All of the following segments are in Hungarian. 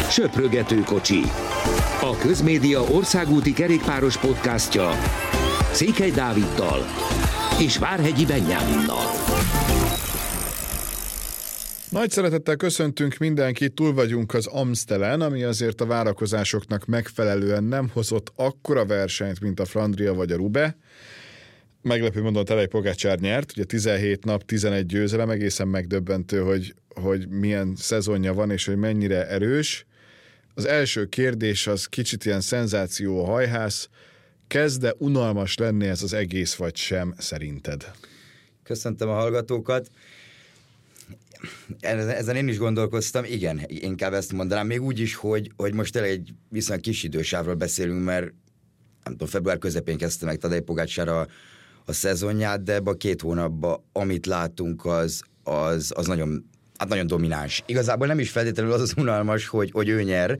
Söprögető kocsi. A Közmédia országúti kerékpáros podcastja Székely Dáviddal és Várhegyi Benyáminnal. Nagy szeretettel köszöntünk mindenkit, túl vagyunk az Amstelen, ami azért a várakozásoknak megfelelően nem hozott akkora versenyt, mint a Flandria vagy a Roubaix. Meglepő módon Tadej Pogačar nyert, ugye 17 nap, 11 győzelem, egészen megdöbbentő, hogy milyen szezonja van, és hogy mennyire erős. Az első kérdés az kicsit ilyen szenzáció hajhász. Kezd-e unalmas lenni ez az egész, vagy sem, szerinted? Köszöntöm a hallgatókat. Ezen én is gondolkoztam, igen, inkább ezt mondanám, még úgy is, hogy most tényleg egy viszonylag kis idősávról beszélünk, mert nem tudom, február közepén kezdte meg Tadej Pogačar a szezonját, de ebben a 2 hónapban, amit látunk, az nagyon, nagyon domináns. Igazából nem is feltétlenül az unalmas, hogy ő nyer,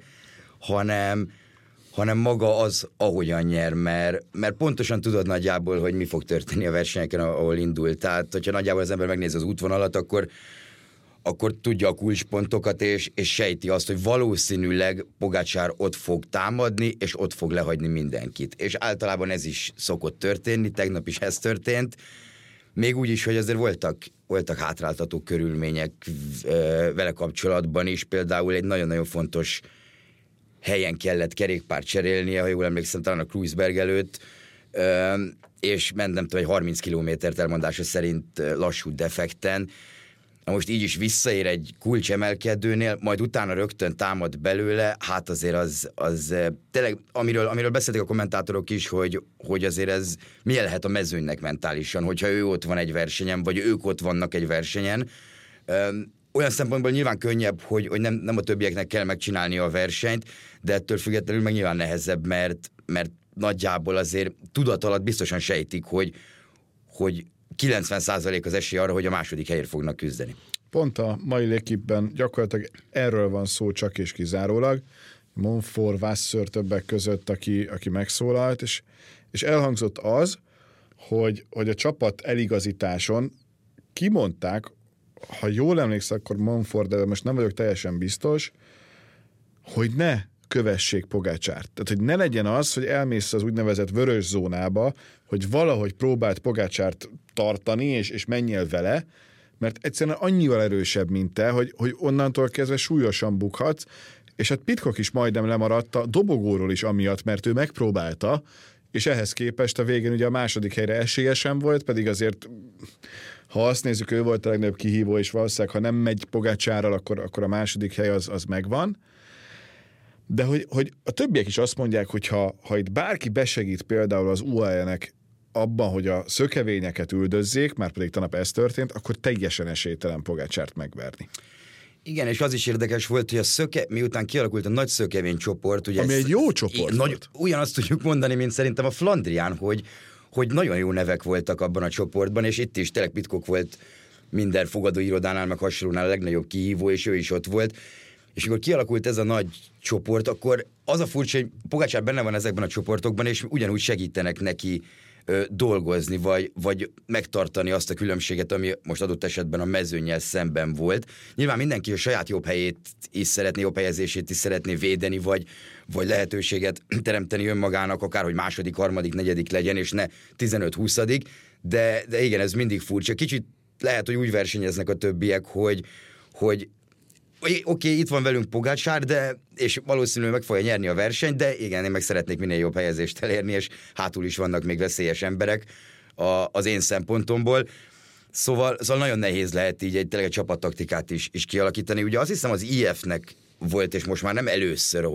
hanem maga az, ahogyan nyer, mert pontosan tudod nagyjából, hogy mi fog történni a versenyeken, ahol indul. Tehát, hogyha nagyjából az ember megnézi az útvonalat, akkor tudja a kulcspontokat, és sejti azt, hogy valószínűleg Pogačar ott fog támadni, és ott fog lehagyni mindenkit. És általában ez is szokott történni, tegnap is ez történt, még úgy is, hogy azért voltak hátráltató körülmények vele kapcsolatban is, például egy nagyon-nagyon fontos helyen kellett kerékpárt cserélnie, ha jól emlékszem, talán a Kreuzberg előtt, és ment nem tudom, egy 30 kilométert elmondása szerint lassú defekten. Na most így is visszaér egy kulcsemelkedőnél, majd utána rögtön támad belőle, hát azért az tényleg, amiről beszéltek a kommentátorok is, hogy azért ez milyen lehet a mezőnynek mentálisan, hogyha ő ott van egy versenyen, vagy ők ott vannak egy versenyen. Olyan szempontból nyilván könnyebb, hogy nem a többieknek kell megcsinálni a versenyt, de ettől függetlenül meg nyilván nehezebb, mert nagyjából azért tudat alatt biztosan sejtik, hogy 90% az esély arra, hogy a második helyért fognak küzdeni. Pont a mai L'Équipe-ben gyakorlatilag erről van szó csak és kizárólag. Monfort, Vasseur többek között, aki megszólalt, és elhangzott az, hogy a csapat eligazításon kimondták, ha jól emlékszem, akkor Monfort, de most nem vagyok teljesen biztos, hogy ne kövessék Pogačart. Tehát, hogy ne legyen az, hogy elmész az úgynevezett vörös zónába, hogy valahogy próbált Pogačart tartani, és menjél vele, mert egyszerűen annyival erősebb, mint te, hogy onnantól kezdve súlyosan bukhatsz, és hát Pidcock is majdnem lemaradt a dobogóról is amiatt, mert ő megpróbálta, és ehhez képest a végén ugye a második helyre esélyesen volt, pedig azért, ha azt nézzük, ő volt a legnagyobb kihívó, és valószínűleg, ha nem megy Pogačarral, akkor a második hely az megvan. De hogy a többiek is azt mondják, hogy ha itt bárki besegít például az UAE-nek abban, hogy a szökevényeket üldözzék, már pedig tanap ez történt, akkor teljesen esélytelen Pogačart megverni. Igen, és az is érdekes volt, hogy miután kialakult a nagy szökevény csoport, ugye ami egy jó csoport volt. Ugyanazt tudjuk mondani, mint szerintem a Flandrián, hogy nagyon jó nevek voltak abban a csoportban, és itt is tényleg Pidcock volt minden fogadóirodánál, meg hasonlónál a legnagyobb kihívó, és ő is ott volt. És amikor kialakult ez a nagy csoport, akkor az a furcsa, hogy Pogačar benne van ezekben a csoportokban, és ugyanúgy segítenek neki dolgozni, vagy megtartani azt a különbséget, ami most adott esetben a mezőnnyel szemben volt. Nyilván mindenki a saját jobb helyét is szeretné, jobb helyezését is szeretné védeni, vagy lehetőséget teremteni önmagának, akár hogy második, harmadik, negyedik legyen, és ne 15-20, de igen, ez mindig furcsa. Kicsit lehet, hogy úgy versenyeznek a többiek, hogy oké, itt van velünk Pogačar, és valószínűleg meg fogja nyerni a versenyt, de igen, én meg szeretnék minél jobb helyezést elérni, és hátul is vannak még veszélyes emberek az én szempontomból. Szóval nagyon nehéz lehet így tényleg egy csapattaktikát is kialakítani. Ugye azt hiszem az IF-nek volt, és most már nem először,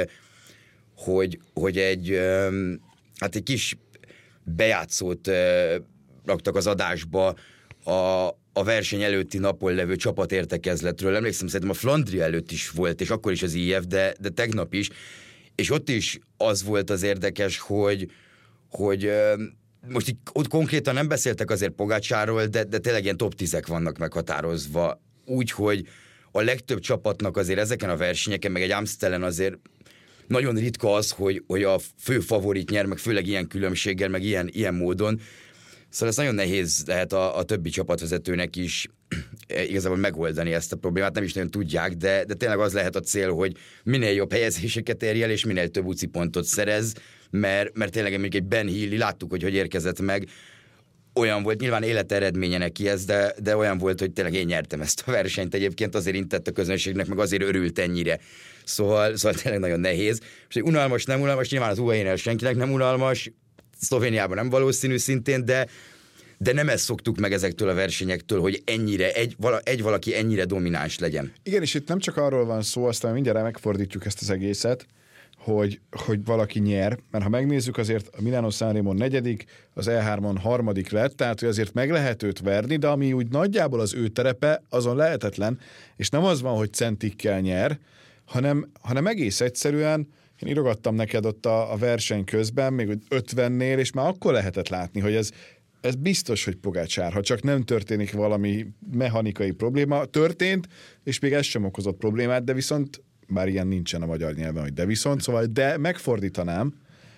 hogy egy kis bejátszót raktak az adásba a verseny előtti napon levő csapatértekezletről. Emlékszem, szerintem a Flandria előtt is volt, és akkor is az IF, de tegnap is. És ott is az volt az érdekes, hogy most ott konkrétan nem beszéltek azért Pogačarról, de tényleg ilyen top 10-ek vannak meghatározva. Úgyhogy a legtöbb csapatnak azért ezeken a versenyeken, meg egy Amstelen azért nagyon ritka az, hogy a fő favorit nyer, meg főleg ilyen különbséggel, meg ilyen módon. Szóval ez nagyon nehéz lehet a többi csapatvezetőnek is igazából megoldani ezt a problémát, nem is nagyon tudják, de tényleg az lehet a cél, hogy minél jobb helyezéseket érj el, és minél több UCI pontot szerez, mert tényleg mondjuk egy Ben Healy, láttuk, hogy érkezett meg, olyan volt, nyilván életeredménye neki ez, de olyan volt, hogy tényleg én nyertem ezt a versenyt egyébként, azért intett a közönségnek, meg azért örült ennyire. Szóval tényleg nagyon nehéz. És hogy unalmas, nem unalmas, nyilván az UAE-nél senkinek nem unalmas, Szlovéniában nem valószínű szintén, de nem ezt szoktuk meg ezektől a versenyektől, hogy ennyire, valaki ennyire domináns legyen. Igen, és itt nem csak arról van szó, aztán mindjárt megfordítjuk ezt az egészet, hogy valaki nyer, mert ha megnézzük, azért a Milano Sanremo 4., az E3-on 3. lett, tehát hogy azért meg lehet őt verni, de ami úgy nagyjából az ő terepe, azon lehetetlen, és nem az van, hogy centikkel nyer, hanem egész egyszerűen, én írogattam neked ott a verseny közben, még 50-nél, és már akkor lehetett látni, hogy ez biztos, hogy Pogačar, ha csak nem történik valami mechanikai probléma, történt, és még ez sem okozott problémát, de viszont bár ilyen nincsen a magyar nyelven, hogy de viszont, szóval de megfordítanám,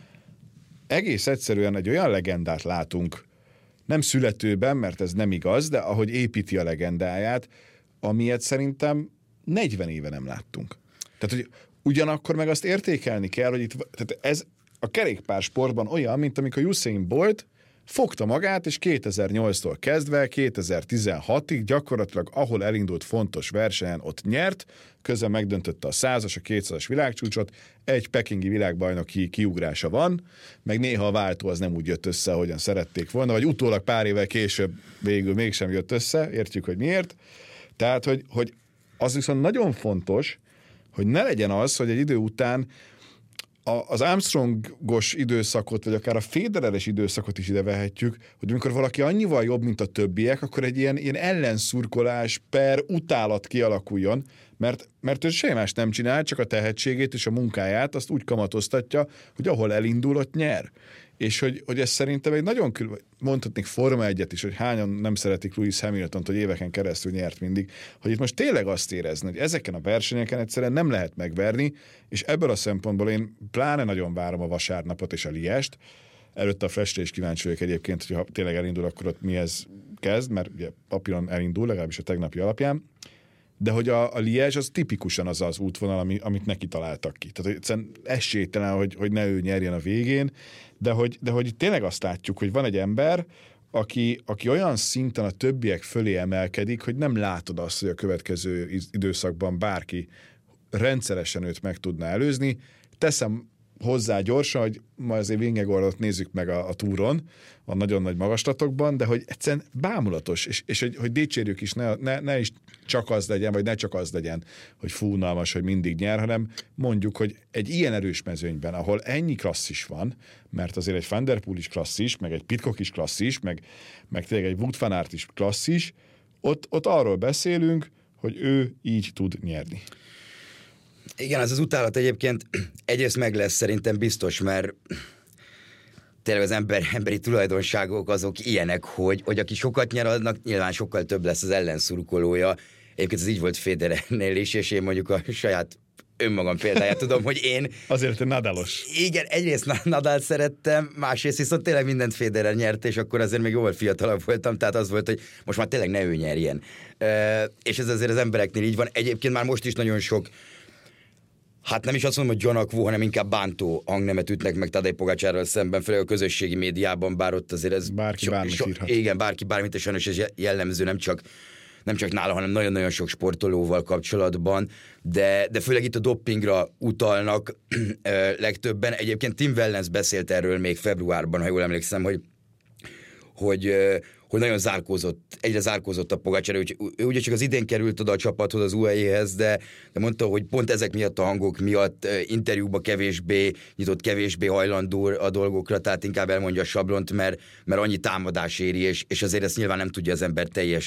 egész egyszerűen egy olyan legendát látunk, nem születőben, mert ez nem igaz, de ahogy építi a legendáját, amilyet szerintem 40 éve nem láttunk. Tehát, hogy ugyanakkor meg azt értékelni kell, hogy itt, tehát ez a kerékpársportban olyan, mint amikor Usain Bolt fogta magát, és 2008-tól kezdve 2016-ig gyakorlatilag ahol elindult fontos versenyen, ott nyert, közben megdöntötte a 100-as, a 200-as világcsúcsot, egy pekingi világbajnoki kiugrása van, meg néha a váltó az nem úgy jött össze, ahogyan szerették volna, vagy utólag pár évvel később végül mégsem jött össze, értjük, hogy miért. Tehát, hogy az viszont nagyon fontos, hogy ne legyen az, hogy egy idő után az Armstrongos időszakot, vagy akár a Federeres időszakot is ide vehetjük, hogy amikor valaki annyival jobb, mint a többiek, akkor egy ilyen ellenszurkolás per utálat kialakuljon, mert ő semmi más nem csinál, csak a tehetségét és a munkáját azt úgy kamatoztatja, hogy ahol elindul, ott nyer. És hogy ez szerintem egy nagyon mondhatnék Forma 1-et is, hogy hányan nem szeretik Lewis Hamiltont, hogy éveken keresztül nyert mindig, hogy itt most tényleg azt érezni, hogy ezeken a versenyeken egyszerűen nem lehet megverni, és ebből a szempontból én pláne nagyon várom a vasárnapot és a Liest. Előtte a Flesre is kíváncsi vagyok egyébként, hogy ha tényleg elindul, akkor ott mihez kezd, mert ugye papíron elindul, legalábbis a tegnapi alapján. De hogy a Liège az tipikusan az az útvonal, amit neki találtak ki. Tehát egyszerűen esélytelen, hogy ne ő nyerjen a végén, de hogy tényleg azt látjuk, hogy van egy ember, aki olyan szinten a többiek fölé emelkedik, hogy nem látod azt, hogy a következő időszakban bárki rendszeresen őt meg tudna előzni. Teszem hozzá gyorsan, hogy ma azért Vingegaardot nézzük meg a túron, a nagyon nagy magaslatokban, de hogy egyszerűen bámulatos, és hogy dicsérjük is, ne is csak az legyen, vagy ne csak az legyen, hogy fúnalmas, hogy mindig nyer, hanem mondjuk, hogy egy ilyen erős mezőnyben, ahol ennyi klasszis van, mert azért egy Van der Poel is klasszis, meg egy Pidcock is klasszis, meg tényleg egy Wout van Aert is klasszis, ott arról beszélünk, hogy ő így tud nyerni. Igen, az utálat egyébként egyrészt meg lesz szerintem biztos, mert tényleg az emberi tulajdonságok azok ilyenek, hogy aki sokat nyer, annak nyilván sokkal több lesz az ellenszurkolója. Egyébként ez így volt Federernél is, és én mondjuk a saját önmagam példáját tudom, hogy én... Azért Nadalos. Igen, egyrészt Nadalt szerettem, másrészt viszont tényleg mindent Federer nyert, és akkor azért még jóval fiatalabb voltam, tehát az volt, hogy most már tényleg ne ő nyerjen. És ez azért az embereknél így van. Egyébként már most is nagyon sok, hát nem is azt mondom, hogy gyanakvó, hanem inkább bántó hangnemet ütnek meg Tadej Pogačarral szemben, főleg a közösségi médiában, bár ott azért ez... Bárki bármit írhat. Igen, bárki bármit, és sajnos ez jellemző nem csak nála, hanem nagyon-nagyon sok sportolóval kapcsolatban, de főleg itt a dopingra utalnak legtöbben. Egyébként Tim Wellens beszélt erről még februárban, ha jól emlékszem, hogy nagyon egyre zárkózott a Pogačar, ő ugye csak az idén került oda a csapathoz, az UAE-hez, de mondta, hogy pont ezek miatt a hangok miatt interjúkba kevésbé hajlandó a dolgokra, tehát inkább elmondja a sablont, mert annyi támadás éri, és azért ezt nyilván nem tudja az ember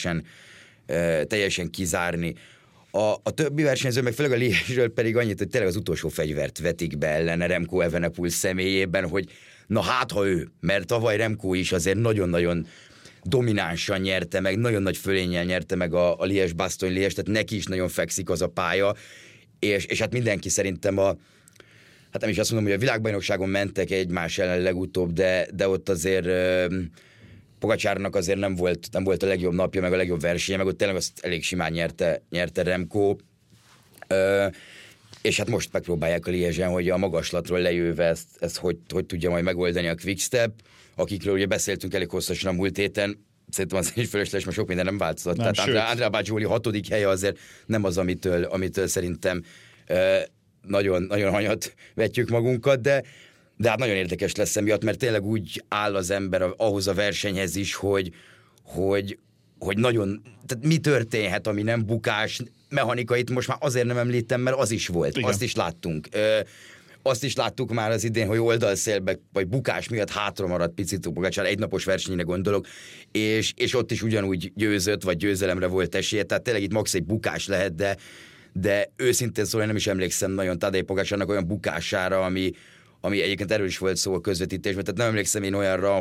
teljesen kizárni. A többi versenyző, meg főleg a Liège-ről pedig annyit, hogy tényleg az utolsó fegyvert vetik be ellene Remco Evenepoel személyében, hogy na hát ha ő, mert tavaly Remco is azért nagyon-nagyon dominánsan nyerte meg, nagyon nagy fölénnyel nyerte meg a Liège-Bastogne-Liège, tehát neki is nagyon fekszik az a pálya, és hát mindenki szerintem hát nem is azt mondom, hogy a világbajnokságon mentek egymás ellen legutóbb, de ott azért Pogačárnak azért nem volt a legjobb napja, meg a legjobb versenye, meg ott tényleg azt elég simán nyerte Remco. És hát most megpróbálják a Liège-en, hogy a magaslatról lejöve ezt hogy tudja majd megoldani a Quickstep, akikről ugye beszéltünk elég hosszasan a múlt héten. Szerintem az is fölösleges, mert sok minden nem változott. Nem, tehát Andrea Bajoli 6. helye azért nem az, amitől szerintem nagyon, nagyon hanyat vetjük magunkat, de hát nagyon érdekes lesz emiatt, mert tényleg úgy áll az ember ahhoz a versenyhez is, hogy nagyon, tehát mi történhet, ami nem bukás, mechanikait most már azért nem említem, mert az is volt, igen. Azt is láttunk. Azt is láttuk már az idén, hogy oldalszélbe, vagy bukás miatt hátra maradt picit Pogačar, egynapos versenyre gondolok, és ott is ugyanúgy győzött, vagy győzelemre volt esélye, tehát tényleg itt max egy bukás lehet, de őszintén szóval nem is emlékszem nagyon Tadej Pogačarnak olyan bukására, ami egyébként erről is volt szó a közvetítésben, tehát nem emlékszem én olyanra,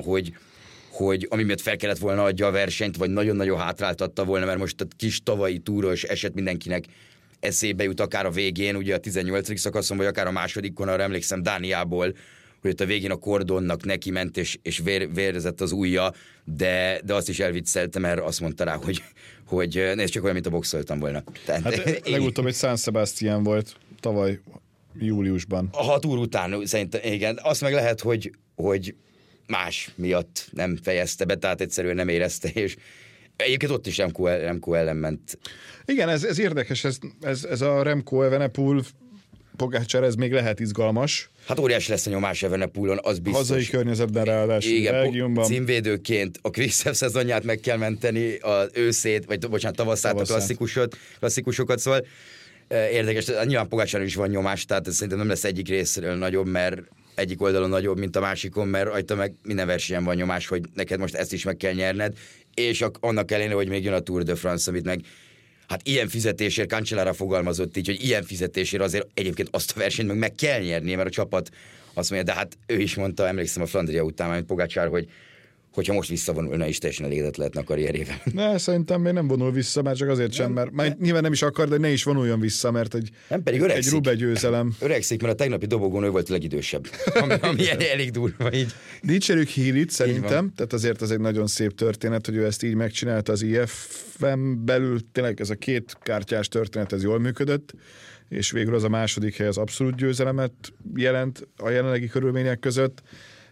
hogy ami miatt fel kellett volna adja a versenyt, vagy nagyon-nagyon hátráltatta volna, mert most a kis tavalyi túros eset mindenkinek eszébe jut akár a végén, ugye a 18. szakaszon, vagy akár a másodikon, arra emlékszem Dániából, hogy ott a végén a kordonnak neki ment, és vérzett az ujja, de azt is elviccelte, mert azt mondta rá, hogy nézd csak olyan, mint a boxoltam volna. Tehát, hát legutóbb egy San Sebastian volt tavaly júliusban. A 6 óra után szerintem, igen. Azt meg lehet, hogy más miatt nem fejezte be, tehát egyszerűen nem érezte, és egyébként ott is Remco ellen ment. Igen, ez érdekes, ez a Remco Evenepoel Pogačar, ez még lehet izgalmas. Hát óriási lesz a nyomás Evenepoelon, az biztos. Hazai környezetben ráadásul, Belgiumban. Címvédőként a Quickstep szezonját meg kell menteni, az őszét, vagy bocsánat, tavaszát, a klasszikusokat, szóval érdekes, nyilván Pogačaron is van nyomás, tehát ez szerintem nem lesz egyik részről nagyobb, mert egyik oldalon nagyobb, mint a másikon, mert rajta meg minden versenyen van nyomás, hogy neked most ezt is meg kell nyerned, és annak ellenére, hogy még jön a Tour de France, amit meg hát ilyen fizetésért, Cancellara fogalmazott így, hogy ilyen fizetésért azért egyébként azt a versenyt meg kell nyernie, mert a csapat azt mondja, de hát ő is mondta, emlékszem a Flandria után, mint Pogačar, hogyha most visszavonulna, is teljesen elégedett lehetne a karrierével. Ne, szerintem még nem vonul vissza, már csak azért sem, mert nyilván nem is akar, de ne is vonuljon vissza, mert egy Roubaix győzelem. Öregszik, mert a tegnapi dobogón ő volt a legidősebb, ami elég durva így. Dicsérjük Healyt szerintem, tehát azért az egy nagyon szép történet, hogy ő ezt így megcsinálta az IF-en belül, tényleg ez a két kártyás történet, ez jól működött, és végül az a második hely az abszolút győzelemet jelent a jelenlegi körülmények között,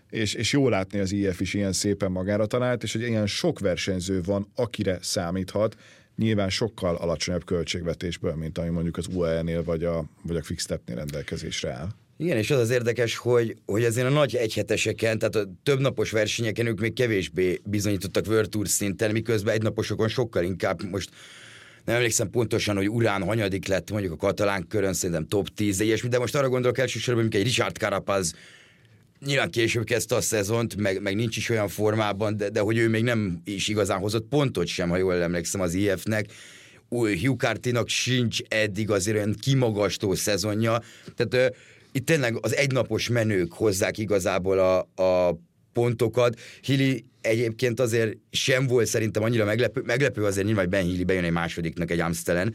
és jó látni az IF is ilyen szépen magára talált, és hogy ilyen sok versenyző van, akire számíthat, nyilván sokkal alacsonyabb költségvetésből, mint ami mondjuk az UAE-nél vagy a Quickstepnél rendelkezésre áll. Igen, és az érdekes, hogy azért a nagy egyheteseken, tehát a többnapos versenyeken ők még kevésbé bizonyítottak World Tour szinten, miközben egynaposokon sokkal inkább. Most nem emlékszem pontosan, hogy Urán hanyadik lett mondjuk a katalán körön, szerintem top 10, de ilyesmi, de most arra gondolok elsősorban, mint egy Richard Carapaz, nyilván később kezdte a szezont, meg nincs is olyan formában, de hogy ő még nem is igazán hozott pontot sem, ha jól emlékszem az IF-nek. Hugh Cartynak sincs eddig azért olyan kimagasló szezonja. Tehát itt tényleg az egynapos menők hozzák igazából a pontokat. Healy egyébként azért sem volt szerintem annyira meglepő azért nyilván, hogy Ben Healy bejön egy másodiknak egy Amstelen,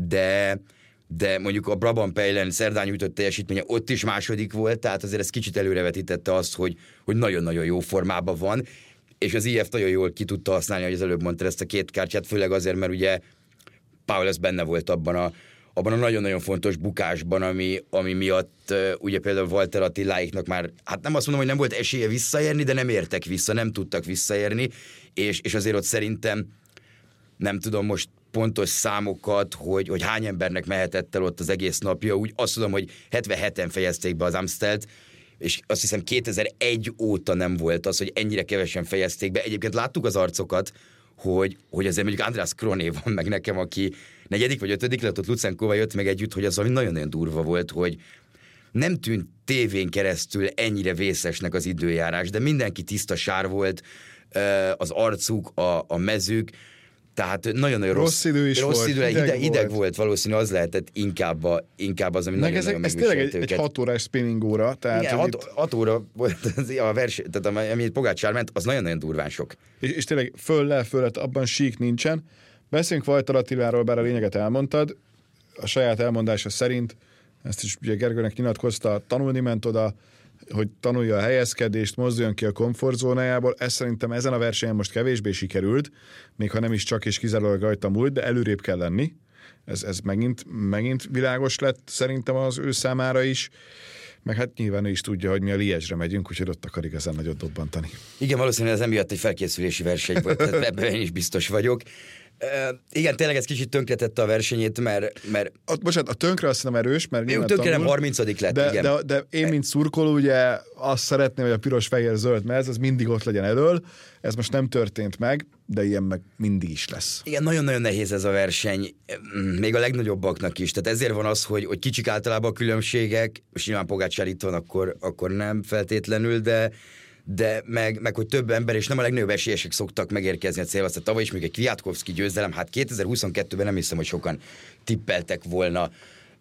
de mondjuk a Brabant Peilen szerdán nyújtott teljesítménye ott is második volt, tehát azért ez kicsit előrevetítette azt, hogy nagyon-nagyon jó formában van, és az IF nagyon jól ki tudta használni, hogy az előbb mondta ezt a két kártyát, főleg azért, mert ugye Powell benne volt abban a nagyon-nagyon fontos bukásban, ami miatt ugye például Walter Attiláiknak már, hát nem azt mondom, hogy nem volt esélye visszaérni, de nem értek vissza, nem tudtak visszaérni, és azért ott szerintem nem tudom most pontos számokat, hogy hány embernek mehetett el ott az egész napja, úgy azt tudom, hogy 77-en fejezték be az Amstelt, és azt hiszem 2001 óta nem volt az, hogy ennyire kevesen fejezték be. Egyébként láttuk az arcokat, hogy azért mondjuk András Kroné van meg nekem, aki 4. vagy 5. lett, ott Lucenkóval jött meg együtt, hogy az valami nagyon-nagyon durva volt, hogy nem tűnt tévén keresztül ennyire vészesnek az időjárás, de mindenki tiszta sár volt, az arcuk, a mezők, tehát nagyon-nagyon rossz idő is volt, ideg volt valószínű, az lehetett inkább az, ami nagyon-nagyon megviselt őket. Ez tényleg egy 6 órás spinning óra. Tehát, igen, 6 óra volt a verseny, tehát amit Pogačar ment, az nagyon-nagyon durván sok. És tényleg föl abban sík nincsen. Beszéljünk Walter Attiláról, bár a lényeget elmondtad. A saját elmondása szerint, ezt is ugye Gergőnek nyilatkozta, tanulni ment oda, hogy tanulja a helyezkedést, mozduljon ki a komfortzónájából. Ez szerintem ezen a versenyen most kevésbé sikerült, még ha nem is csak és kizárólag rajta múlt, de előrébb kell lenni. Ez megint világos lett szerintem az ő számára is. Meg hát nyilván ő is tudja, hogy mi a Liège-re megyünk, úgyhogy ott akar igazán nagyot dobbantani. Igen, valószínűleg ez emiatt egy felkészülési verseny volt, ebben én is biztos vagyok. Igen, tényleg ez kicsit tönkretette a versenyét, mert... Bocsánat, a tönkre azt hiszem erős, mert jó, tönkre nem 30. lett, igen. De én, mint szurkoló, ugye azt szeretném, hogy a piros, fehér, zöld mez, az mindig ott legyen elől. Ez most nem történt meg, de ilyen meg mindig is lesz. Igen, nagyon-nagyon nehéz ez a verseny, még a legnagyobbaknak is. Tehát ezért van az, hogy kicsik általában a különbségek, és nyilván Pogačar itt van, akkor nem feltétlenül, de meg hogy több ember, és nem a legnagyobb esélyesek szoktak megérkezni a célba. Aztán tavaly is még egy Kwiatkowski győzelem, hát 2022-ben nem hiszem, hogy sokan tippeltek volna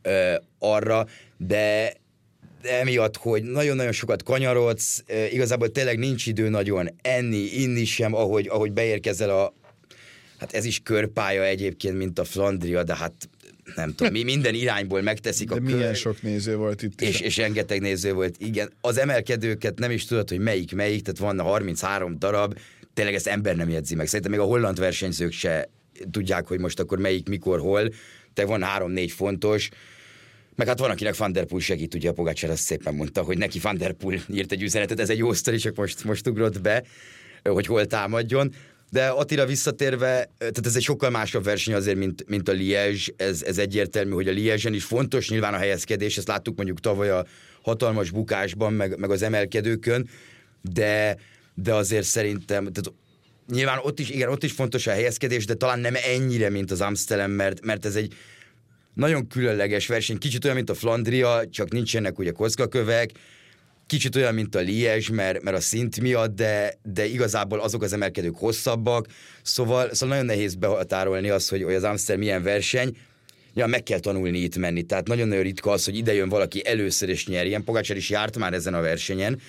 arra, de emiatt, hogy nagyon-nagyon sokat kanyarodsz, igazából tényleg nincs idő nagyon enni, inni sem, ahogy beérkezel hát ez is körpálya egyébként, mint a Flandria, de hát nem tudom, minden irányból megteszik de milyen sok néző volt itt is. És rengeteg néző volt, igen. Az emelkedőket nem is tudod, hogy melyik, tehát van 33 darab, tényleg ezt ember nem jegyzi meg. Szerintem még a holland versenyzők se tudják, hogy most akkor melyik, mikor, hol. Tehát van 3-4 fontos. Meg hát van, akinek Van der Poel segít, ugye a Pogačar azt szépen mondta, hogy neki Van der Poel írt egy üzenetet, ez egy jó sztori, csak most ugrott be, hogy hol támadjon. De Attila visszatérve, tehát ez egy sokkal másabb verseny azért, mint a Liège, ez egyértelmű, hogy a Liège-en is fontos nyilván a helyezkedés, ezt láttuk mondjuk tavaly a hatalmas bukásban, meg az emelkedőkön, de azért szerintem, tehát nyilván ott is fontos a helyezkedés, de talán nem ennyire, mint az Amsterdam, mert ez egy nagyon különleges verseny, kicsit olyan, mint a Flandria, csak nincsenek ugye kockakövek, kicsit olyan, mint a Liège, mert a szint miatt, de igazából azok az emelkedők hosszabbak, szóval nagyon nehéz behatárolni azt, hogy az Amsterdam milyen verseny. Ja, meg kell tanulni itt menni, tehát nagyon-nagyon ritka az, hogy ide jön valaki először és nyerjen. Pogačar is járt már ezen a versenyen,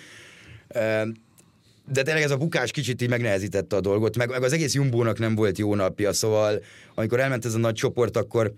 de tényleg ez a bukás kicsit így megnehezítette a dolgot, meg az egész Jumbónak nem volt jó napja, szóval amikor elment ez a nagy csoport, akkor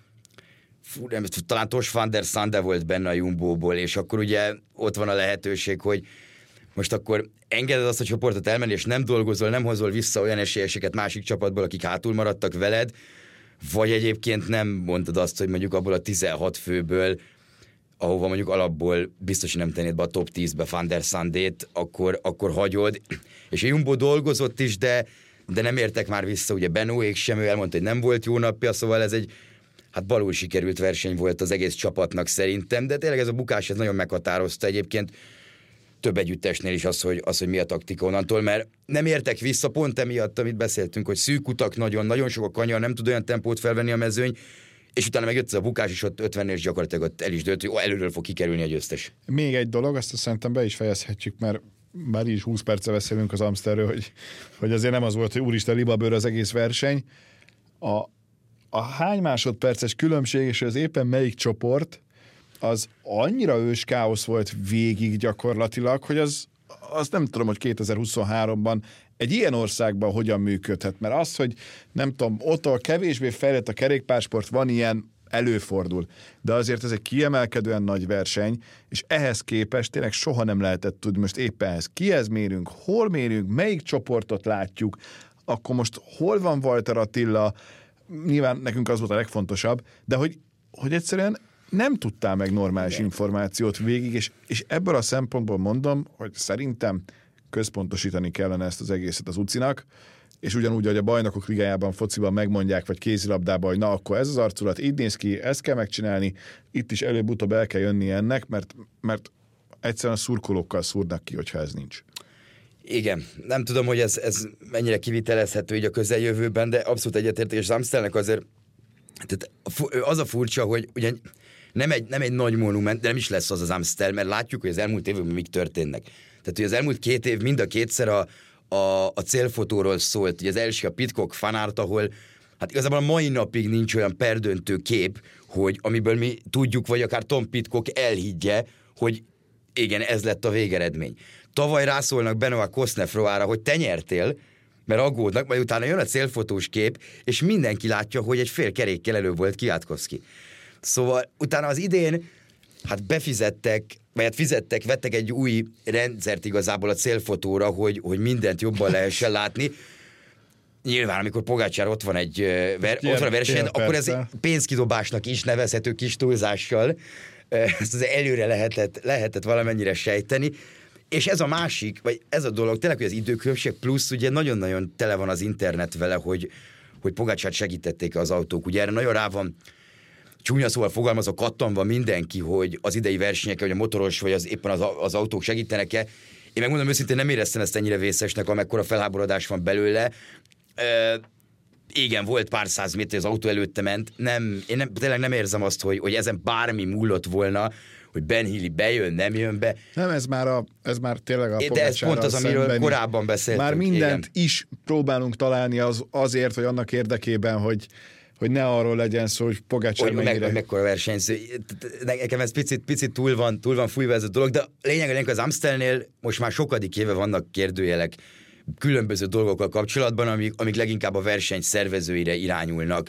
talán Tosh van der Sande volt benne a Jumbóból, és akkor ugye ott van a lehetőség, hogy most akkor engeded azt a csoportot elmenni, és nem dolgozol, nem hozol vissza olyan esélyeseket másik csapatból, akik hátul maradtak veled, vagy egyébként nem mondod azt, hogy mondjuk abból a 16 főből, ahova mondjuk alapból biztos, hogy nem tennéd be a top 10-be Van der Sandét, akkor hagyod. És a Jumbo dolgozott is, de nem értek már vissza, ugye Benoék sem, ő elmondta, hogy nem volt jó napja, szóval ez egy balul sikerült verseny volt az egész csapatnak szerintem, de tényleg ez a bukás ez nagyon meghatározta egyébként több együttesnél is az, hogy mi a taktika onnantól, mert nem értek vissza pont emiatt, amit beszéltünk, hogy szűk utak nagyon sok a kanyar, nem tud olyan tempót felvenni a mezőny, és utána megjött ez a bukás, és ott 50-nél és gyakorlatilag ott el is dőlt, hogy előről fog kikerülni a győztes. Még egy dolog, azt szerintem be is fejezhetjük, mert már is 20 perce beszélünk az Amsterről, hogy azért nem az volt, hogy úristen libabőr az egész verseny. A hány másodperces különbség, és az éppen melyik csoport, az annyira ős káosz volt végig gyakorlatilag, hogy az nem tudom, hogy 2023-ban egy ilyen országban hogyan működhet, mert az, hogy nem tudom, ott a kevésbé fejlett a kerékpársport, van ilyen, előfordul, de azért ez egy kiemelkedően nagy verseny, és ehhez képest tényleg soha nem lehetett tudni, most éppen ehhez kihez mérünk, hol mérünk, melyik csoportot látjuk, akkor most hol van Walter Attila, nyilván nekünk az volt a legfontosabb, de hogy egyszerűen nem tudtál meg normális információt végig, és ebből a szempontból mondom, hogy szerintem központosítani kellene ezt az egészet az UCI-nak, és ugyanúgy, hogy a bajnokok ligájában, fociban megmondják, vagy kézilabdában, hogy na, akkor ez az arculat így néz ki, ezt kell megcsinálni, itt is előbb-utóbb el kell jönni ennek, mert egyszerűen a szurkolókkal szúrnak ki, hogyha ez nincs. Igen, nem tudom, hogy ez mennyire kivitelezhető így a közeljövőben, de abszolút egyetértek, és az Amstelnek azért tehát az a furcsa, hogy ugye nem egy nagy monument, de nem is lesz az Amstel, mert látjuk, hogy az elmúlt években mik történnek. Tehát, hogy az elmúlt 2 év mind a kétszer a célfotóról szólt. Ugye az első a Pidcock fanart, ahol hát igazából a mai napig nincs olyan perdöntő kép, hogy amiből mi tudjuk, vagy akár Tom Pidcock elhiggye, hogy igen, ez lett a végeredmény. Tavaly rászólnak Benoit Cosnefroy-ra, hogy te nyertél, mert aggódnak, majd utána jön a célfotós kép, és mindenki látja, hogy egy fél kerékkel előbb volt Kwiatkowski. Szóval utána az idén hát vettek egy új rendszert igazából a célfotóra, hogy mindent jobban lehessen látni. Nyilván, amikor Pogačar ott van a versenyen, akkor ez pénzkidobásnak is nevezhető kis túlzással. Ezt az előre lehetett valamennyire sejteni. És ez a másik, vagy ez a dolog, tényleg, hogy az időkülönbség plusz, ugye nagyon-nagyon tele van az internet vele, hogy Pogačart segítették az autók. Ugye erre nagyon rá van, csúnya szóval fogalmazva, kattanva mindenki, hogy az idei versenyekkel, hogy a motoros, vagy éppen az autók segítenek-e. Én megmondom őszintén, nem éreztem ezt ennyire vészesnek, amekkora felháborodás van belőle. Igen, volt pár száz méter, az autó előtte ment. Tényleg nem érzem azt, hogy ezen bármi múlott volna, hogy Ben Healy bejön, nem jön be. Nem, ez már tényleg a Pogačarral de ez pont az, amiről korábban beszéltünk. Már mindent is próbálunk találni azért, vagy annak érdekében, hogy ne arról legyen szó, hogy Pogačar mennyire... Mekkora versenyző. Nekem ez picit túl van fújva ez a dolog, de lényeg az Amstelnél most már sokadik éve vannak kérdőjelek különböző dolgokkal kapcsolatban, amik leginkább a verseny szervezőire irányulnak.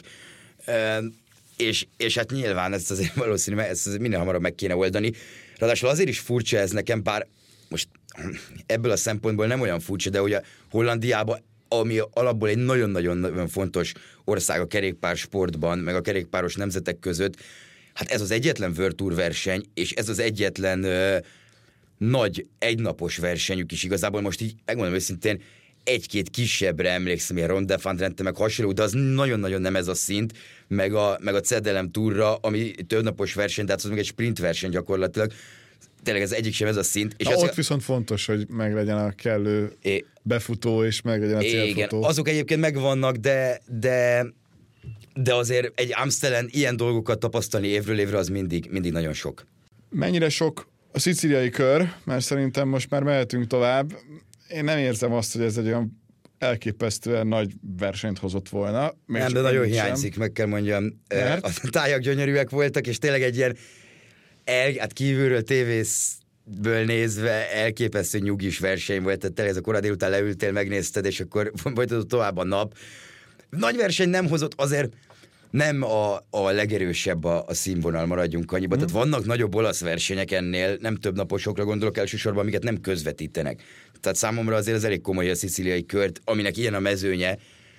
És hát nyilván ezt azért valószínűleg ezt minél hamarabb meg kéne oldani. Ráadásul azért is furcsa ez nekem, bár most ebből a szempontból nem olyan furcsa, de ugye Hollandiában, ami alapból egy nagyon-nagyon fontos ország a kerékpársportban, meg a kerékpáros nemzetek között, hát ez az egyetlen World Tour verseny, és ez az egyetlen nagy egynapos versenyük is igazából. Most így megmondom őszintén, egy-két kisebbre emlékszem, ilyen Ronde van Drenthe, meg hasonló, de az nagyon-nagyon nem ez a szint, meg a CEDELEM Tourra, ami többnapos verseny, tehát az még egy sprint verseny gyakorlatilag. Tényleg ez egyik sem ez a szint. És ott viszont fontos, hogy meglegyen a kellő befutó, és meglegyen a célfutó. Igen, azok egyébként megvannak, de azért egy Amstelen ilyen dolgokat tapasztalni évről évre az mindig nagyon sok. Mennyire sok a szicíliai kör, mert szerintem most már mehetünk tovább. Én nem érzem azt, hogy ez egy olyan elképesztően nagy versenyt hozott volna. Nem, de nagyon hiányzik, meg kell mondjam. A tájak gyönyörűek voltak, és tényleg egy ilyen hát kívülről tévéből nézve elképesztő nyugis verseny volt. Tehát tényleg ez a kora délután leültél, megnézted, és akkor folytatott tovább a nap. Nagy verseny nem hozott, azért nem a legerősebb a színvonal, maradjunk annyiba. Tehát vannak nagyobb olasz versenyek ennél, nem több naposokra gondolok elsősorban, amiket nem közvetítenek. Tehát számomra azért az elég komoly a szicíliai kört, aminek ilyen a mezőnye,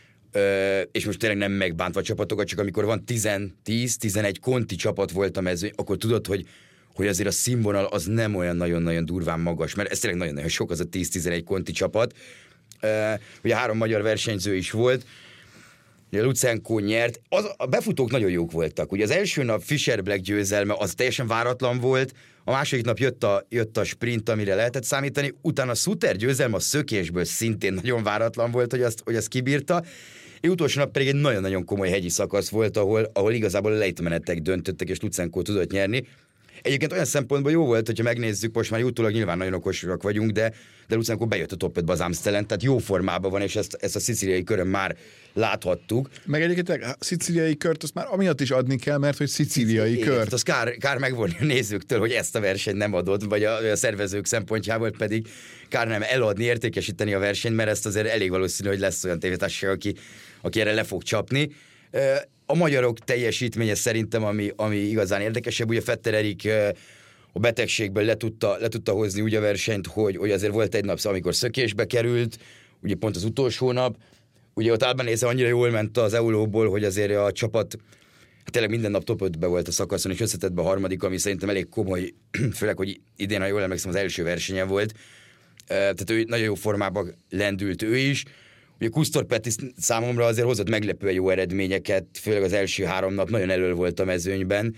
és most tényleg nem megbántva csapatokat, csak amikor van 10-11 konti csapat volt a mezőny, akkor tudod, hogy azért a színvonal az nem olyan nagyon-nagyon durván magas, mert ez tényleg nagyon-nagyon sok az a 10-11 konti csapat. Ugye 3 magyar versenyző is volt, Lucenko nyert. A befutók nagyon jók voltak. Ugye az első nap Fischer Black győzelme az teljesen váratlan volt, a második nap jött a sprint, amire lehetett számítani, utána a Suter győzelme a szökésből szintén nagyon váratlan volt, hogy azt kibírta, és utolsó nap pedig egy nagyon-nagyon komoly hegyi szakasz volt, ahol igazából a lejtmenetek döntöttek, és Lucenko tudott nyerni. Egyébként olyan szempontból jó volt, hogyha megnézzük, most már utólag nyilván nagyon okosak vagyunk, de Lucenko bejött a top 5-be az Amstelen, tehát jó formában van, és ezt a szicíliai körön már láthattuk. Meg egyébként a szicíliai kört azt már amiatt is adni kell, mert hogy szicíliai kört. Az kár megvonni a nézőktől, hogy ezt a versenyt nem adott, vagy a szervezők szempontjából pedig kár nem eladni, értékesíteni a versenyt, mert ezt azért elég valószínű, hogy lesz olyan tévétársaság, aki erre le fog csapni. A magyarok teljesítménye szerintem, ami igazán érdekesebb, ugye Fetter Erik a betegségből le tudta hozni úgy a versenyt, hogy azért volt egy nap, amikor szökésbe került, ugye pont az utolsó nap, ugye ott Albanese annyira jól ment az Eulóból, hogy azért a csapat tényleg minden nap top 5-be volt a szakaszon, és összetett be a harmadik, ami szerintem elég komoly, főleg, hogy idén, ha jól emlékszem, az első versenyen volt, tehát ő nagyon jó formában lendült ő is. Ugye Kustor Peti számomra azért hozott meglepően jó eredményeket, főleg az első 3 nap nagyon elől volt a mezőnyben,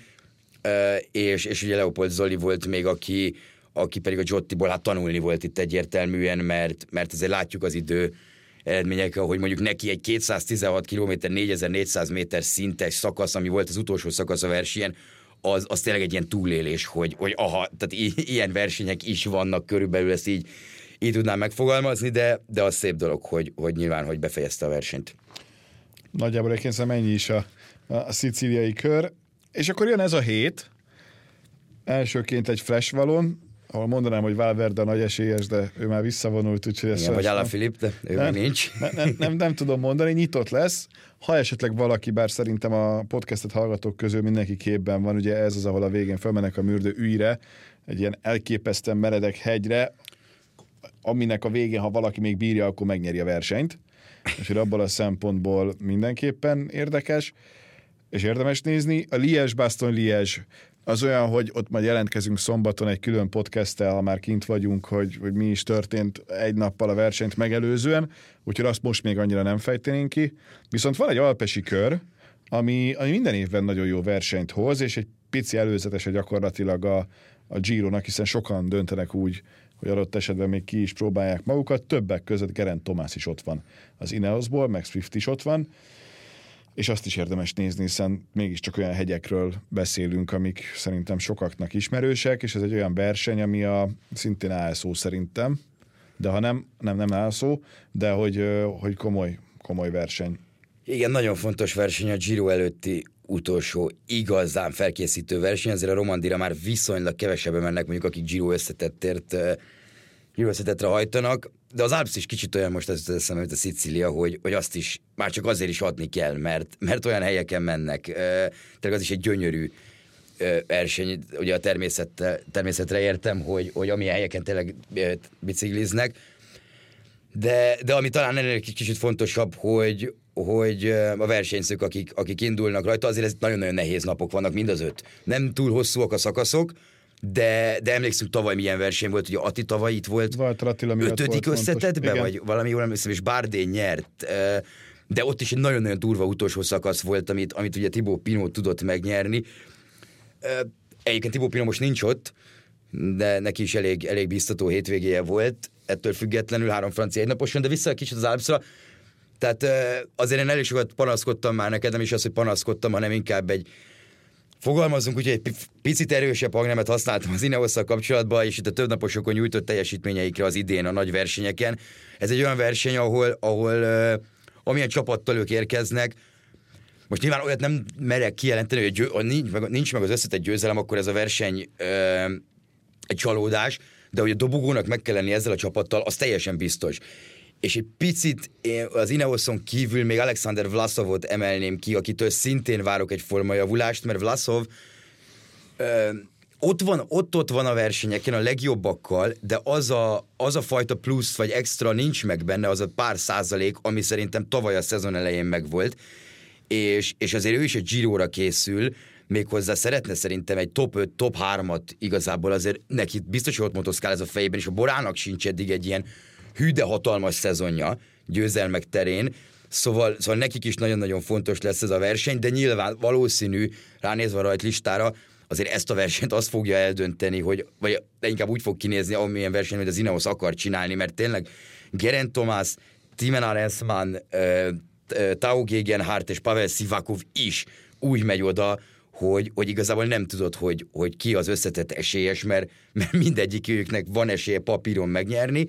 és ugye Leopold Zoli volt még, aki pedig a Giottiból hát tanulni volt itt egyértelműen, mert azért látjuk az idő eredményekkel, hogy mondjuk neki egy 216 km 4400 méter szintes szakasz, ami volt az utolsó szakasz a versenyen, az tényleg egy ilyen túlélés, hogy aha, tehát ilyen versenyek is vannak körülbelül, ezt így tudnám megfogalmazni, de az szép dolog, hogy nyilván, hogy befejezte a versenyt. Nagyjából egyébként ennyi is a szicíliai kör. És akkor jön ez a hét. Elsőként egy Flash Wallon. ahol mondanám, hogy Valverde nagy esélyes, de ő már visszavonult, úgyhogy ezt... Igen, vagy Alaphilippe, de ő még nincs. Nem tudom mondani, nyitott lesz. Ha esetleg valaki, bár szerintem a podcastet hallgatók közül mindenki képben van, ugye ez az, ahol a végén felmennek a Mürdő űjre, egy ilyen elképesztően meredek hegyre, aminek a végén, ha valaki még bírja, akkor megnyeri a versenyt. És abból a szempontból mindenképpen érdekes, és érdemes nézni. A Liège-Bastogne-Liège az olyan, hogy ott majd jelentkezünk szombaton egy külön podcasttel, ha már kint vagyunk, hogy mi is történt egy nappal a versenyt megelőzően, úgyhogy azt most még annyira nem fejtenénk ki. Viszont van egy alpesi kör, ami minden évben nagyon jó versenyt hoz, és egy pici előzetese gyakorlatilag a Gironak, hiszen sokan döntenek úgy, hogy adott esetben még ki is próbálják magukat. Többek között Geraint Thomas is ott van az Ineosból, Max Swift is ott van, és azt is érdemes nézni, hiszen mégiscsak olyan hegyekről beszélünk, amik szerintem sokaknak ismerősek, és ez egy olyan verseny, ami szintén ASO szerintem, de ha nem ASO, de hogy komoly verseny. Igen, nagyon fontos verseny a Giro előtti utolsó igazán felkészítő verseny, ezért a Romandira már viszonylag kevesebben mennek, mondjuk akik Giro összetettre hajtanak, de az Alps is kicsit olyan, most az eszembe, mint a Szicília, hogy azt is már csak azért is adni kell, mert olyan helyeken mennek. Tehát az is egy gyönyörű verseny, ugye a természetre értem, hogy amilyen helyeken tényleg bicikliznek, de ami talán ennél kicsit fontosabb, hogy a versenyzők, akik indulnak rajta, azért ez nagyon-nagyon nehéz napok vannak, mind az 5. Nem túl hosszúak a szakaszok, de emlékszünk, tavaly milyen verseny volt, ugye Atti tavaly itt volt, 5. összetettben, vagy valami jól emlékszem, és Bardet nyert, de ott is egy nagyon-nagyon durva utolsó szakasz volt, amit ugye Thibaut Pinot tudott megnyerni. Egyébként Thibaut Pinot most nincs ott, de neki is elég biztató hétvégéje volt, ettől függetlenül 3 francia egynaposan, de vissza kicsit az Alpsra. Tehát azért én elég sokat panaszkodtam már neked, nem is az, hogy panaszkodtam, hanem inkább fogalmazzunk úgy, hogy egy picit erősebb hangnemet használtam az Ineosszal kapcsolatban, és itt a többnaposokon nyújtott teljesítményeikre az idén a nagy versenyeken. Ez egy olyan verseny, ahol amilyen csapattal ők érkeznek, most nyilván olyat nem merek kijelenteni, hogy nincs meg az összetett győzelem, akkor ez a verseny egy csalódás, de hogy a dobogónak meg kell lenni ezzel a csapattal, az teljesen biztos. És egy picit az Ineoson kívül még Alexander Vlasovot emelném ki, akitől szintén várok egy formajavulást, mert Vlasov ott van a versenyeken a legjobbakkal, de az a fajta plusz vagy extra nincs meg benne, az a pár százalék, ami szerintem tavaly a szezon elején megvolt, és azért ő is egy Giróra készül, méghozzá szeretne szerintem egy top 5, top 3-at igazából, azért neki biztos, hogy ott motoszkál ez a fejében, és a Borának sincs eddig egy ilyen hű, de hatalmas szezonja győzelmek terén, szóval nekik is nagyon-nagyon fontos lesz ez a verseny, de nyilván valószínű, ránézve a rajtlistára, azért ezt a versenyt azt fogja eldönteni, vagy inkább úgy fog kinézni, amilyen verseny, hogy az Ineos akar csinálni, mert tényleg Geraint Thomas, Timen Arensman, Tao Gegenhardt és Pavel Sivakov is úgy megy oda, hogy igazából nem tudod, hogy ki az összetett esélyes, mert mindegyiküknek van esélye papíron megnyerni.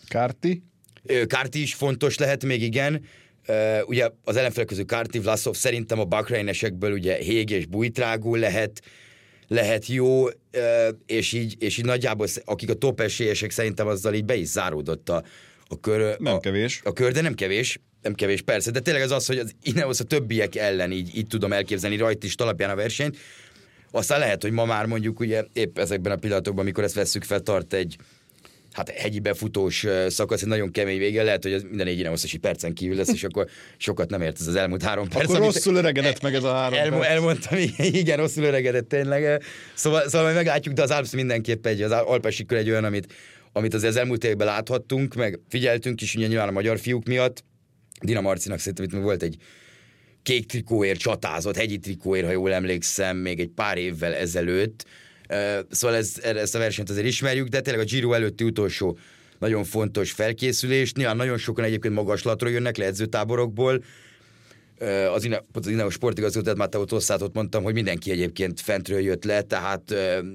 Kárti is fontos lehet még, igen. Ugye az ellenfelek közül Kárti, Vlasov, szerintem a Bakrainesekből ugye Hég és Buitrago lehet jó, és így nagyjából akik a top esélyesek, szerintem azzal így be is záródott a kör. Nem kevés. A kör, de nem kevés persze, de tényleg az, hogy az Ineos a többiek ellen így tudom elképzelni rajtist alapján a versenyt. Aztán lehet, hogy ma már mondjuk ugye épp ezekben a pillanatokban, amikor ezt vesszük fel, tart egy hegyi befutós szakasz, egy nagyon kemény vége, lehet, hogy ez minden egy Ineos-os percen kívül lesz, és akkor sokat nem ért ez az elmúlt 3 perc. Akkor rosszul öregedett meg ez a 3 perc. Elmondtam, igen, rosszul öregedett tényleg. Szóval majd meglátjuk, de az Alps mindenképp az alpesi kör egy olyan, amit azért az elmúlt években láthattunk, meg figyeltünk is, ugye nyilván a magyar fiúk miatt. Dina Marcinak szerintem itt volt egy kék trikóért csatázott, hegyi trikóért, ha jól emlékszem, még egy pár évvel ezelőtt. Szóval ezt a versenyt azért ismerjük, de tényleg a Giro előtti utolsó nagyon fontos felkészülés. Nyilván nagyon sokan egyébként magaslatról jönnek le edzőtáborokból. Az Ineos sportigazgatót, Matteo Tossátot mondtam, hogy mindenki egyébként fentről jött le, tehát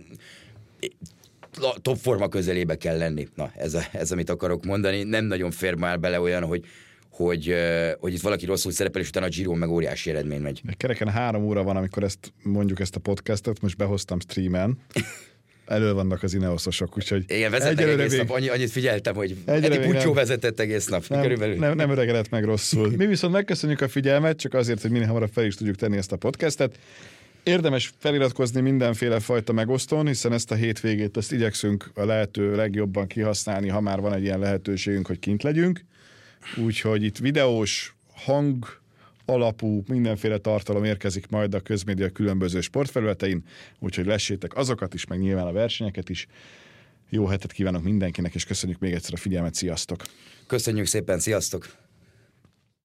top forma közelébe kell lenni. Na, ez amit akarok mondani. Nem nagyon fér már bele olyan, hogy itt valaki rosszul szerepel, és utána a Giro meg óriási eredmény megy. Kereken 3 óra van, amikor mondjuk ezt a podcastot, most behoztam streamen. elő vannak az Ineososok, úgyhogy igen, vezettek egész nap, annyit figyeltem, hogy Edi Puccio vezetett egész nap. Nem öregedett meg rosszul. Mi viszont megköszönjük a figyelmet, csak azért, hogy minél hamarabb fel is tudjuk tenni ezt a podcastet. Érdemes feliratkozni mindenféle fajta megosztón, hiszen ezt a hétvégét ezt igyekszünk a lehető legjobban kihasználni, ha már van egy ilyen lehetőségünk, hogy kint legyünk. Úgyhogy itt videós, hang alapú mindenféle tartalom érkezik majd a közmédia különböző sportfelületein, úgyhogy lessétek azokat is, meg nyilván a versenyeket is. Jó hetet kívánok mindenkinek, és köszönjük még egyszer a figyelmet, sziasztok! Köszönjük szépen, sziasztok!